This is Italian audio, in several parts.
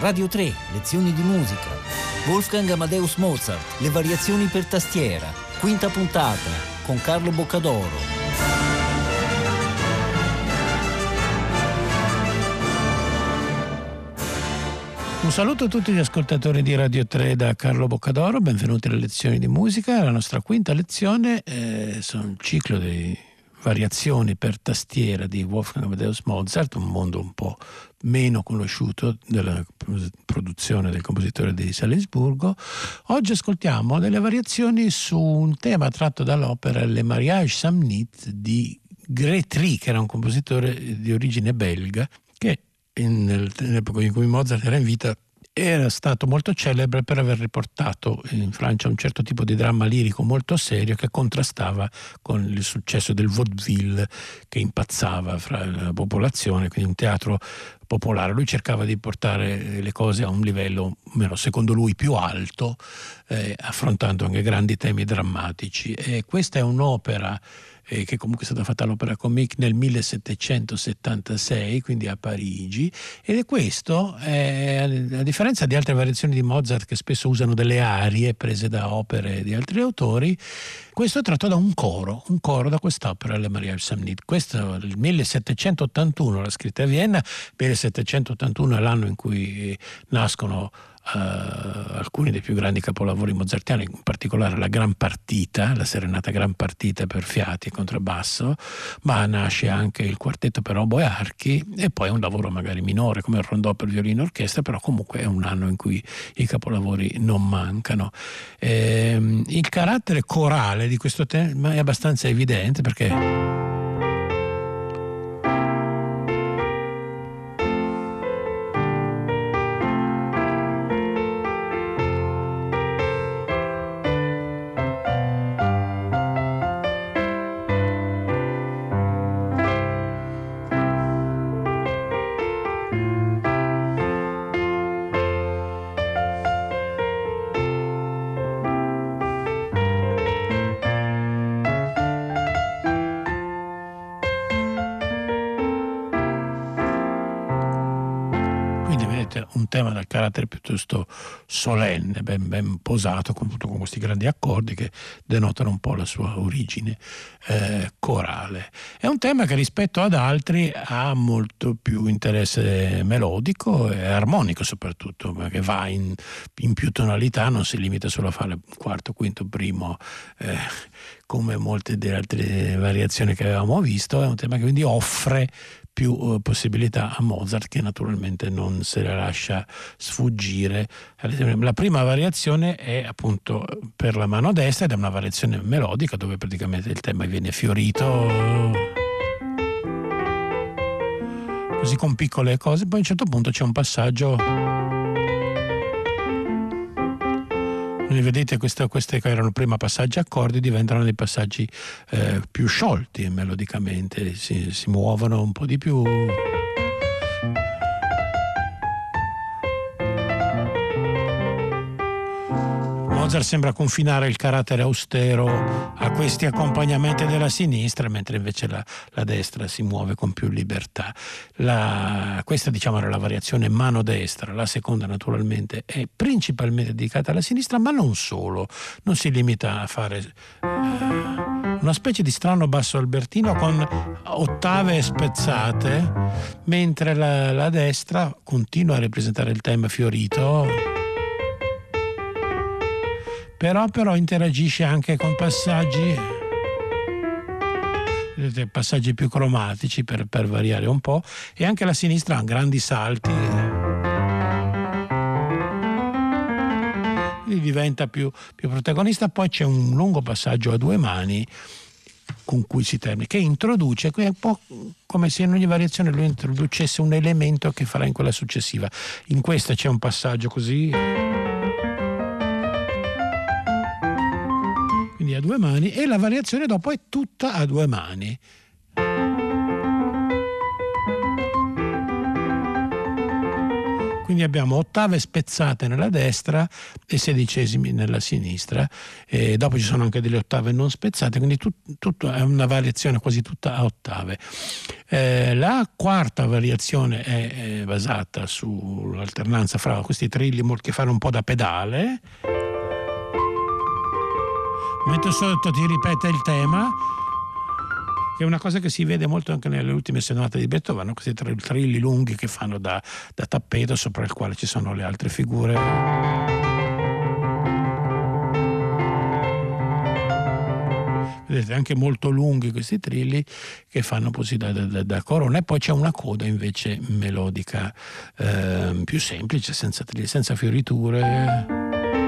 Radio 3, lezioni di musica. Wolfgang Amadeus Mozart, le variazioni per tastiera. Quinta puntata, con Carlo Boccadoro. Un saluto a tutti gli ascoltatori di Radio 3 da Carlo Boccadoro, benvenuti alle lezioni di musica. La nostra quinta lezione sono il ciclo di variazioni per tastiera di Wolfgang Amadeus Mozart, un mondo un po' meno conosciuto della produzione del compositore di Salisburgo. Oggi ascoltiamo delle variazioni su un tema tratto dall'opera Le Mariage Samnit di Grétry, che era un compositore di origine belga, che nell'epoca in cui Mozart era in vita era stato molto celebre per aver riportato in Francia un certo tipo di dramma lirico molto serio che contrastava con il successo del vaudeville che impazzava fra la popolazione, quindi un teatro popolare. Lui cercava di portare le cose a un livello, secondo lui, più alto, affrontando anche grandi temi drammatici. E questa è un'opera che comunque è stata fatta all'Opéra Comique nel 1776, quindi a Parigi, ed è questo, a differenza di altre variazioni di Mozart che spesso usano delle arie prese da opere di altri autori, questo è tratto da un coro da quest'opera, Le Mariage Samnit. Questo è il 1781, l'ha scritta a Vienna. 1781 è l'anno in cui nascono alcuni dei più grandi capolavori mozartiani, in particolare la Gran Partita, la serenata Gran Partita per fiati e contrabbasso, ma nasce anche il quartetto per oboe e archi e poi un lavoro magari minore come il rondò per violino e orchestra, però comunque è un anno in cui i capolavori non mancano. Il carattere corale di questo tema è abbastanza evidente perché un tema dal carattere piuttosto solenne, ben posato, con questi grandi accordi che denotano un po' la sua origine corale. È un tema che rispetto ad altri ha molto più interesse melodico e armonico soprattutto, perché va in più tonalità, non si limita solo a fare quarto, quinto, primo, come molte delle altre variazioni che avevamo visto. È un tema che quindi offre più possibilità a Mozart, che naturalmente non se la lascia sfuggire. La prima variazione è appunto per la mano destra ed è una variazione melodica dove praticamente il tema viene fiorito così con piccole cose, poi a un certo punto c'è un passaggio. Quindi vedete, queste che erano prima passaggi accordi diventano dei passaggi più sciolti melodicamente, si muovono un po' di più. Mozart sembra confinare il carattere austero a questi accompagnamenti della sinistra, mentre invece la destra si muove con più libertà. Questa era la variazione mano destra. La seconda naturalmente è principalmente dedicata alla sinistra, ma non solo. Non si limita a fare una specie di strano basso albertino con ottave spezzate, mentre la destra continua a rappresentare il tema fiorito. Però interagisce anche con passaggi più cromatici per variare un po', e anche la sinistra ha grandi salti, diventa più protagonista. Poi c'è un lungo passaggio a due mani con cui si termina, che introduce, è un po' come se in ogni variazione lui introducesse un elemento che farà in quella successiva. In questa c'è un passaggio così, a due mani, e la variazione dopo è tutta a due mani. Quindi abbiamo ottave spezzate nella destra e sedicesimi nella sinistra, e dopo ci sono anche delle ottave non spezzate, quindi tutto è una variazione quasi tutta a ottave. La quarta variazione è basata sull'alternanza fra questi trilli che fanno un po' da pedale, mentre sotto ti ripete il tema, che è una cosa che si vede molto anche nelle ultime sonate di Beethoven, questi trilli lunghi che fanno da tappeto sopra il quale ci sono le altre figure. Vedete, anche molto lunghi questi trilli che fanno così da corona, e poi c'è una coda invece melodica più semplice, senza trilli, senza fioriture.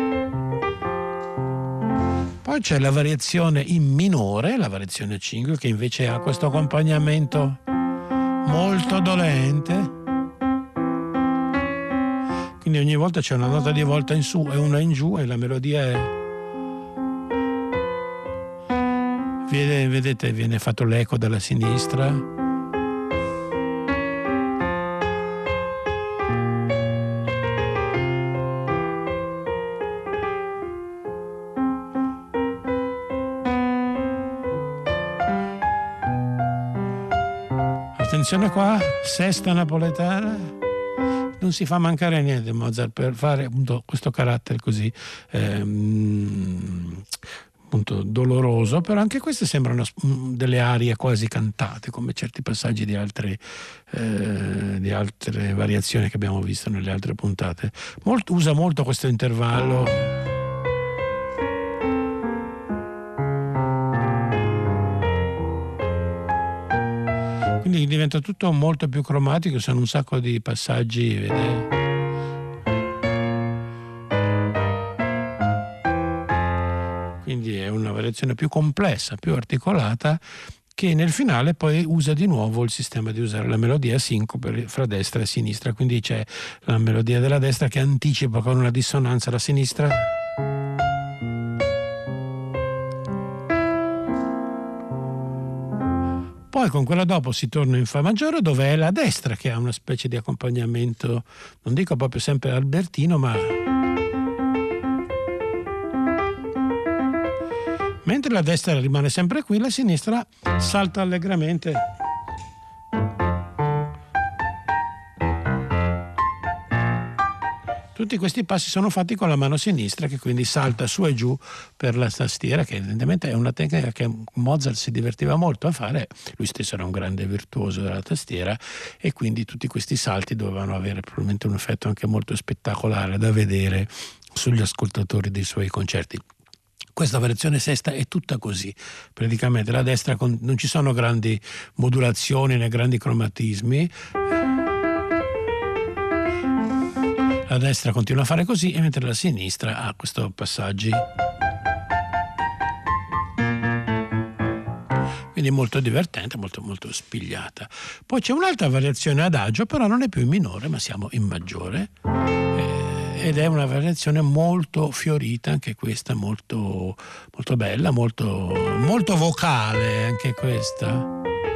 Poi c'è la variazione in minore, la variazione 5, che invece ha questo accompagnamento molto dolente. Quindi ogni volta c'è una nota di volta in su e una in giù, e la melodia è... Vedete, viene fatto l'eco dalla sinistra. Attenzione qua, sesta napoletana, non si fa mancare niente Mozart per fare appunto questo carattere così appunto doloroso, però anche queste sembrano delle arie quasi cantate, come certi passaggi di altre variazioni che abbiamo visto nelle altre puntate. Usa molto questo intervallo. Quindi diventa tutto molto più cromatico, sono un sacco di passaggi, vedete? Quindi è una variazione più complessa, più articolata, che nel finale poi usa di nuovo il sistema di usare la melodia a sincope fra destra e sinistra. Quindi c'è la melodia della destra che anticipa con una dissonanza la sinistra. Poi con quella dopo si torna in Fa maggiore, dove è la destra che ha una specie di accompagnamento, non dico proprio sempre albertino, ma... Mentre la destra rimane sempre qui, la sinistra salta allegramente. Tutti questi passi sono fatti con la mano sinistra, che quindi salta su e giù per la tastiera, che evidentemente è una tecnica che Mozart si divertiva molto a fare. Lui stesso era un grande virtuoso della tastiera, e quindi tutti questi salti dovevano avere probabilmente un effetto anche molto spettacolare da vedere sugli ascoltatori dei suoi concerti. Questa variazione sesta è tutta così, praticamente la destra non ci sono grandi modulazioni né grandi cromatismi. La destra continua a fare così, e mentre la sinistra ha questi passaggi. Quindi molto divertente, molto, molto spigliata. Poi c'è un'altra variazione adagio, però non è più in minore, ma siamo in maggiore. Ed è una variazione molto fiorita, anche questa, molto, molto bella, molto, molto vocale anche questa.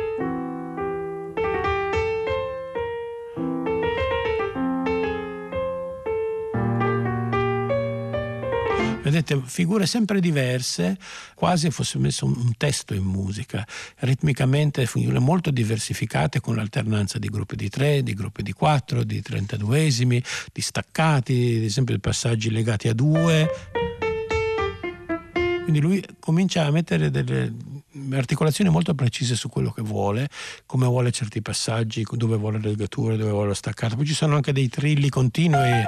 Vedete, figure sempre diverse, quasi fosse messo un testo in musica, ritmicamente figure molto diversificate, con l'alternanza di gruppi di 3, di gruppi di 4, di 32esimi, di staccati, ad esempio passaggi legati a 2. Quindi lui comincia a mettere delle articolazioni molto precise su quello che vuole, come vuole certi passaggi, dove vuole le legature, dove vuole lo staccato. Poi ci sono anche dei trilli continui,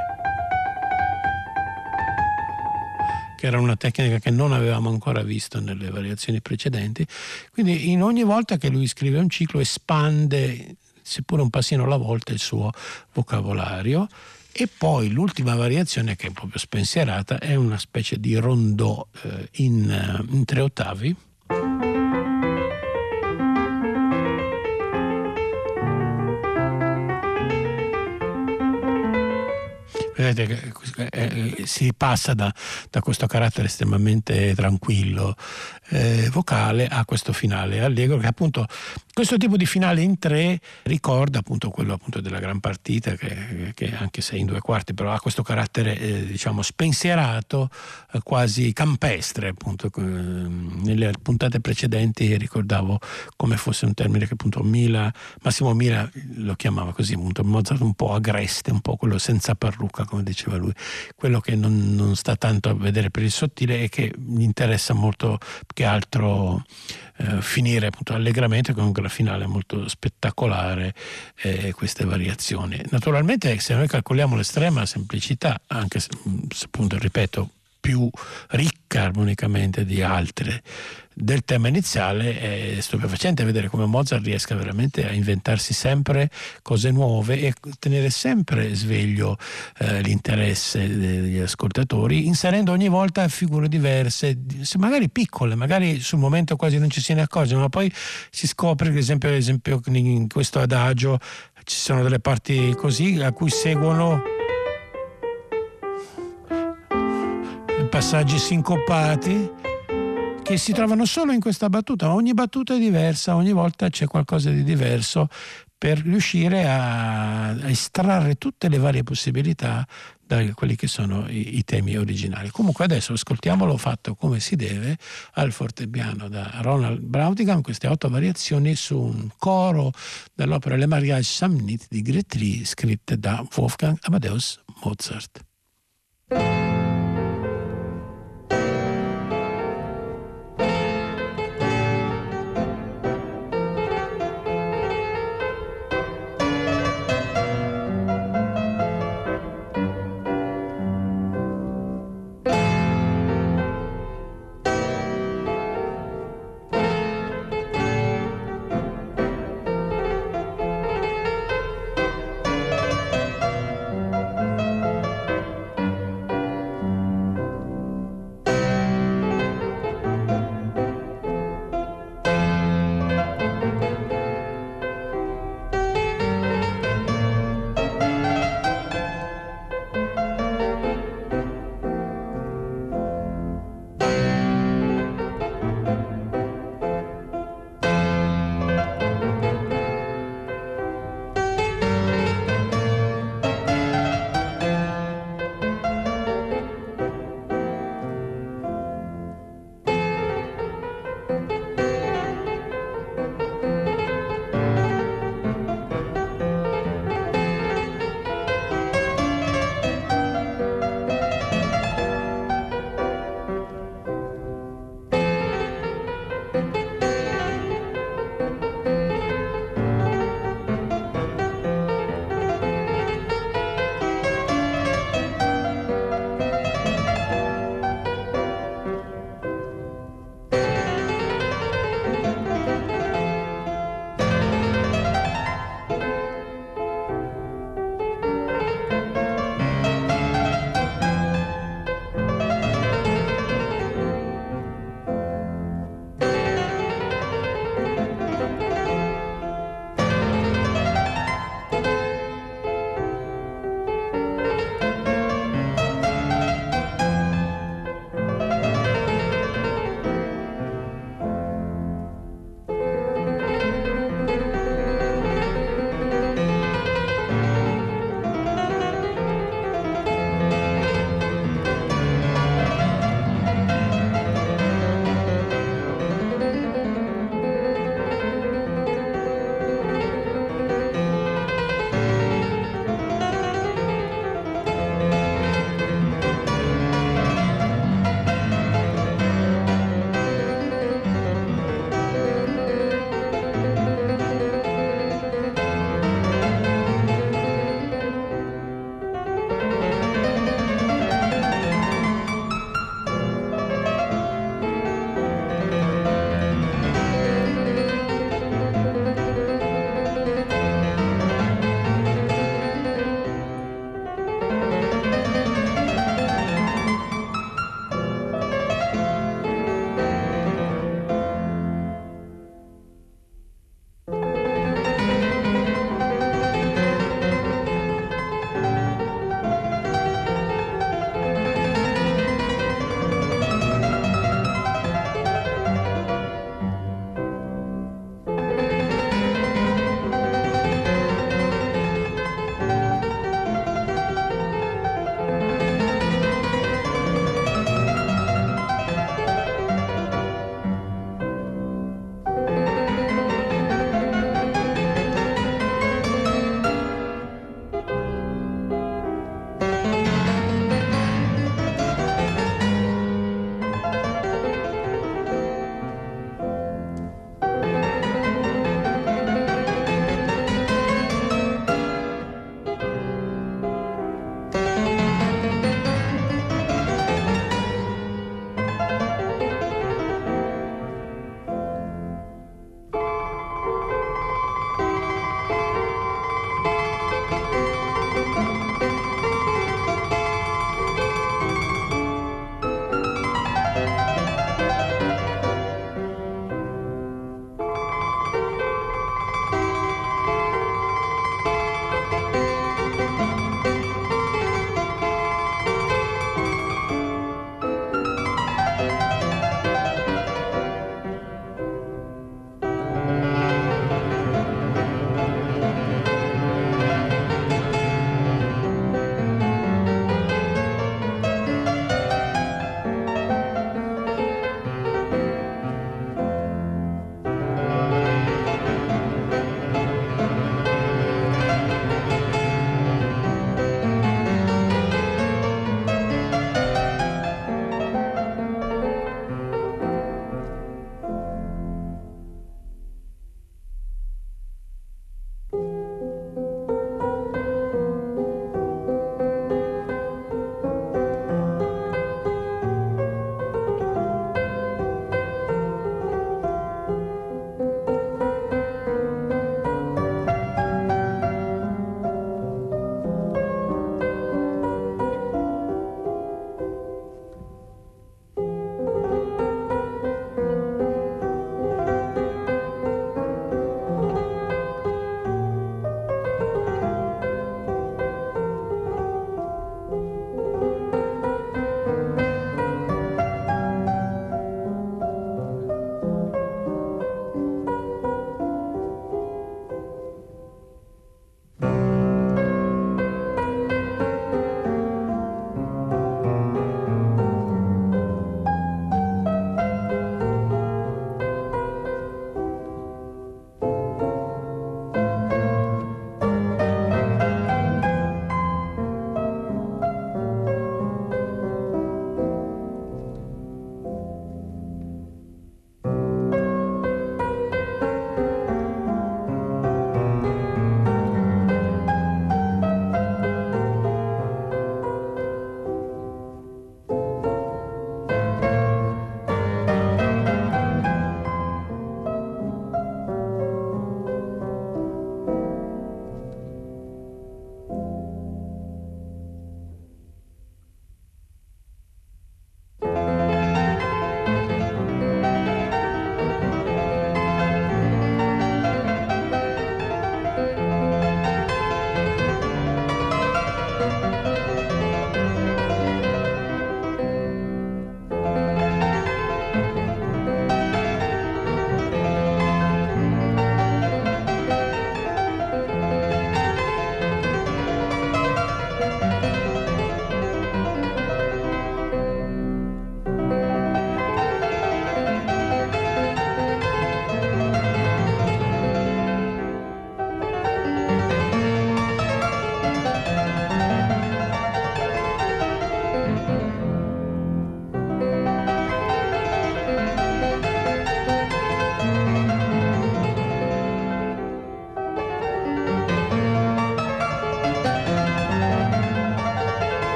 che era una tecnica che non avevamo ancora visto nelle variazioni precedenti. Quindi in ogni volta che lui scrive un ciclo espande, seppure un passino alla volta, il suo vocabolario. E poi l'ultima variazione, che è proprio spensierata, è una specie di rondò in 3 ottavi. Vedete che si passa da questo carattere estremamente tranquillo vocale a questo finale allegro, che appunto Questo tipo di finale in tre ricorda appunto quello appunto della gran partita che anche se in due quarti però ha questo carattere diciamo spensierato, quasi campestre appunto. Nelle puntate precedenti ricordavo come fosse un termine che appunto Massimo Mila lo chiamava così, appunto Mozart un po' agreste, un po' quello senza parrucca come diceva lui, quello che non sta tanto a vedere per il sottile e che gli interessa molto più che altro finire appunto allegramente con una finale molto spettacolare, queste variazioni. Naturalmente se noi calcoliamo l'estrema semplicità, anche se appunto ripeto più ricca armonicamente di altre del tema iniziale, è stupefacente vedere come Mozart riesca veramente a inventarsi sempre cose nuove e tenere sempre sveglio l'interesse degli ascoltatori, inserendo ogni volta figure diverse, magari piccole, magari sul momento quasi non ci se ne accorge, ma poi si scopre che ad esempio in questo adagio ci sono delle parti così a cui seguono passaggi sincopati che si trovano solo in questa battuta. Ogni battuta è diversa, ogni volta c'è qualcosa di diverso per riuscire a estrarre tutte le varie possibilità da quelli che sono i temi originali. Comunque adesso ascoltiamolo fatto come si deve al fortepiano da Ronald Brautigam, queste 8 variazioni su un coro dell'opera Le Mariage Samnit di Gretry, scritte da Wolfgang Amadeus Mozart.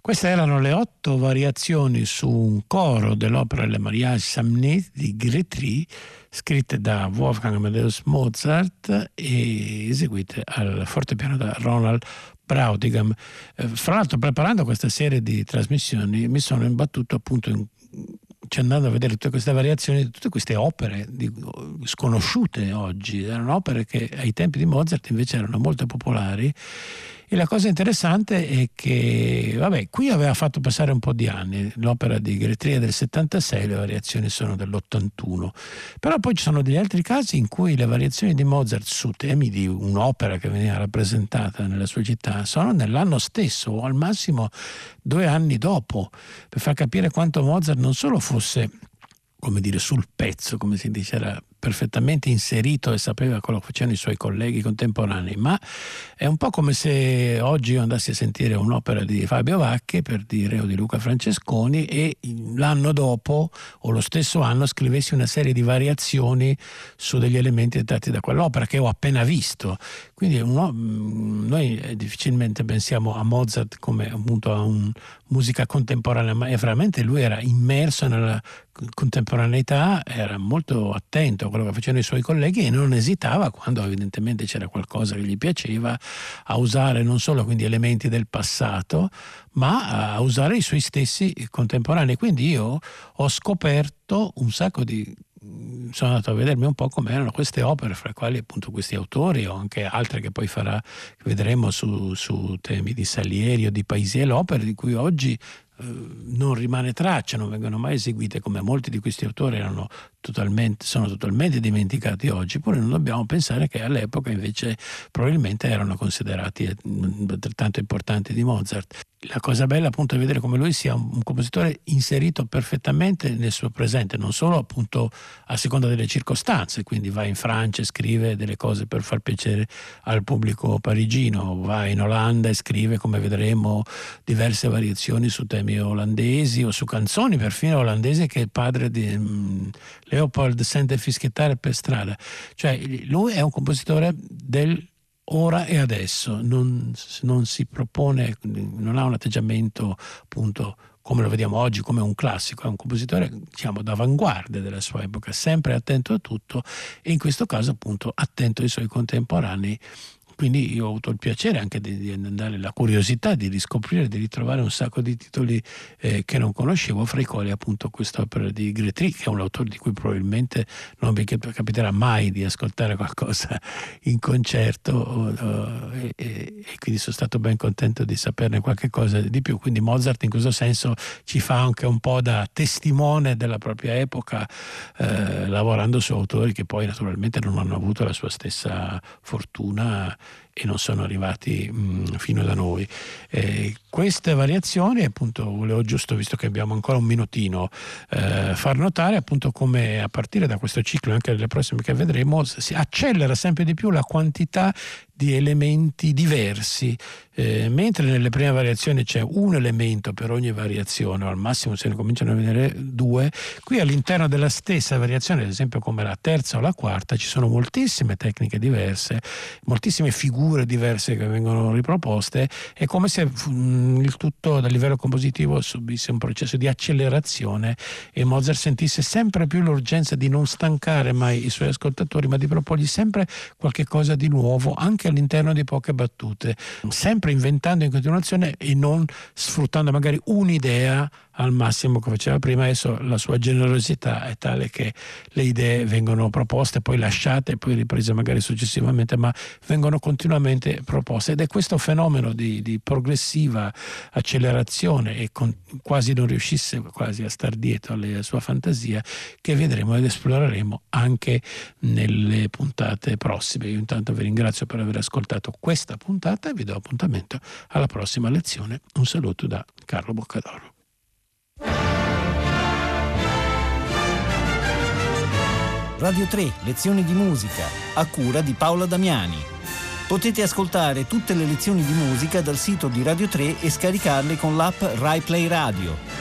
Queste erano le 8 variazioni su un coro dell'opera Le Mariage Samnite di Grétry, scritte da Wolfgang Amadeus Mozart e eseguite al fortepiano da Ronald Brautigam. Fra l'altro, preparando questa serie di trasmissioni mi sono imbattuto appunto andando a vedere tutte queste variazioni di tutte queste opere sconosciute oggi. Erano opere che ai tempi di Mozart invece erano molto popolari. E la cosa interessante è che, qui aveva fatto passare un po' di anni, l'opera di Grétry è del 76, le variazioni sono dell'81, però poi ci sono degli altri casi in cui le variazioni di Mozart su temi di un'opera che veniva rappresentata nella sua città sono nell'anno stesso o al massimo 2 anni dopo, per far capire quanto Mozart non solo fosse, come dire, sul pezzo, come si dice, era perfettamente inserito e sapeva quello che facevano i suoi colleghi contemporanei, ma è un po' come se oggi io andassi a sentire un'opera di Fabio Vacchi, per dire, o di Luca Francesconi, e l'anno dopo o lo stesso anno scrivessi una serie di variazioni su degli elementi tratti da quell'opera che ho appena visto. Quindi noi difficilmente pensiamo a Mozart come appunto a un musica contemporanea, ma veramente lui era immerso nella contemporaneità, era molto attento a quello che facevano i suoi colleghi e non esitava, quando evidentemente c'era qualcosa che gli piaceva, a usare non solo quindi elementi del passato, ma a usare i suoi stessi contemporanei. Quindi io ho scoperto un sacco sono andato a vedermi un po' come erano queste opere, fra le quali appunto questi autori o anche altre che poi vedremo su temi di Salieri o di Paisiello, opere di cui oggi non rimane traccia, non vengono mai eseguite, come molti di questi autori sono totalmente dimenticati oggi, pure non dobbiamo pensare che all'epoca invece probabilmente erano considerati altrettanto importanti di Mozart. La cosa bella appunto è vedere come lui sia un compositore inserito perfettamente nel suo presente, non solo appunto a seconda delle circostanze, quindi va in Francia e scrive delle cose per far piacere al pubblico parigino, va in Olanda e scrive, come vedremo, diverse variazioni su temi olandesi o su canzoni perfino olandesi che il padre di Leopold sente fischiettare per strada. Cioè lui è un compositore del ora e adesso, non si propone, non ha un atteggiamento appunto come lo vediamo oggi come un classico, è un compositore diciamo d'avanguardia della sua epoca, sempre attento a tutto e in questo caso appunto attento ai suoi contemporanei. Quindi io ho avuto il piacere anche di andare, la curiosità di riscoprire, di ritrovare un sacco di titoli che non conoscevo, fra i quali appunto quest'opera di Grétry, che è un autore di cui probabilmente non mi capiterà mai di ascoltare qualcosa in concerto e quindi sono stato ben contento di saperne qualche cosa di più. Quindi Mozart in questo senso ci fa anche un po' da testimone della propria epoca, lavorando su autori che poi naturalmente non hanno avuto la sua stessa fortuna e non sono arrivati fino da noi. Queste variazioni appunto volevo giusto, visto che abbiamo ancora un minutino, far notare appunto come a partire da questo ciclo e anche delle prossime che vedremo si accelera sempre di più la quantità di elementi diversi, mentre nelle prime variazioni c'è un elemento per ogni variazione o al massimo se ne cominciano a vedere 2, qui all'interno della stessa variazione, ad esempio come la terza o la quarta, ci sono moltissime tecniche diverse, moltissime figure diverse che vengono riproposte. È come se il tutto dal livello compositivo subisse un processo di accelerazione e Mozart sentisse sempre più l'urgenza di non stancare mai i suoi ascoltatori, ma di proporgli sempre qualche cosa di nuovo anche all'interno di poche battute, sempre inventando in continuazione e non sfruttando magari un'idea al massimo che faceva prima. Adesso la sua generosità è tale che le idee vengono proposte, poi lasciate e poi riprese magari successivamente, ma vengono continuamente proposte, ed è questo fenomeno di progressiva accelerazione e quasi non riuscisse quasi a star dietro alla sua fantasia che vedremo ed esploreremo anche nelle puntate prossime. Io intanto vi ringrazio per aver ascoltato questa puntata e vi do appuntamento alla prossima lezione. Un saluto da Carlo Boccadoro. Radio 3, lezioni di musica, a cura di Paola Damiani. Potete ascoltare tutte le lezioni di musica dal sito di Radio 3 e scaricarle con l'app Rai Play Radio.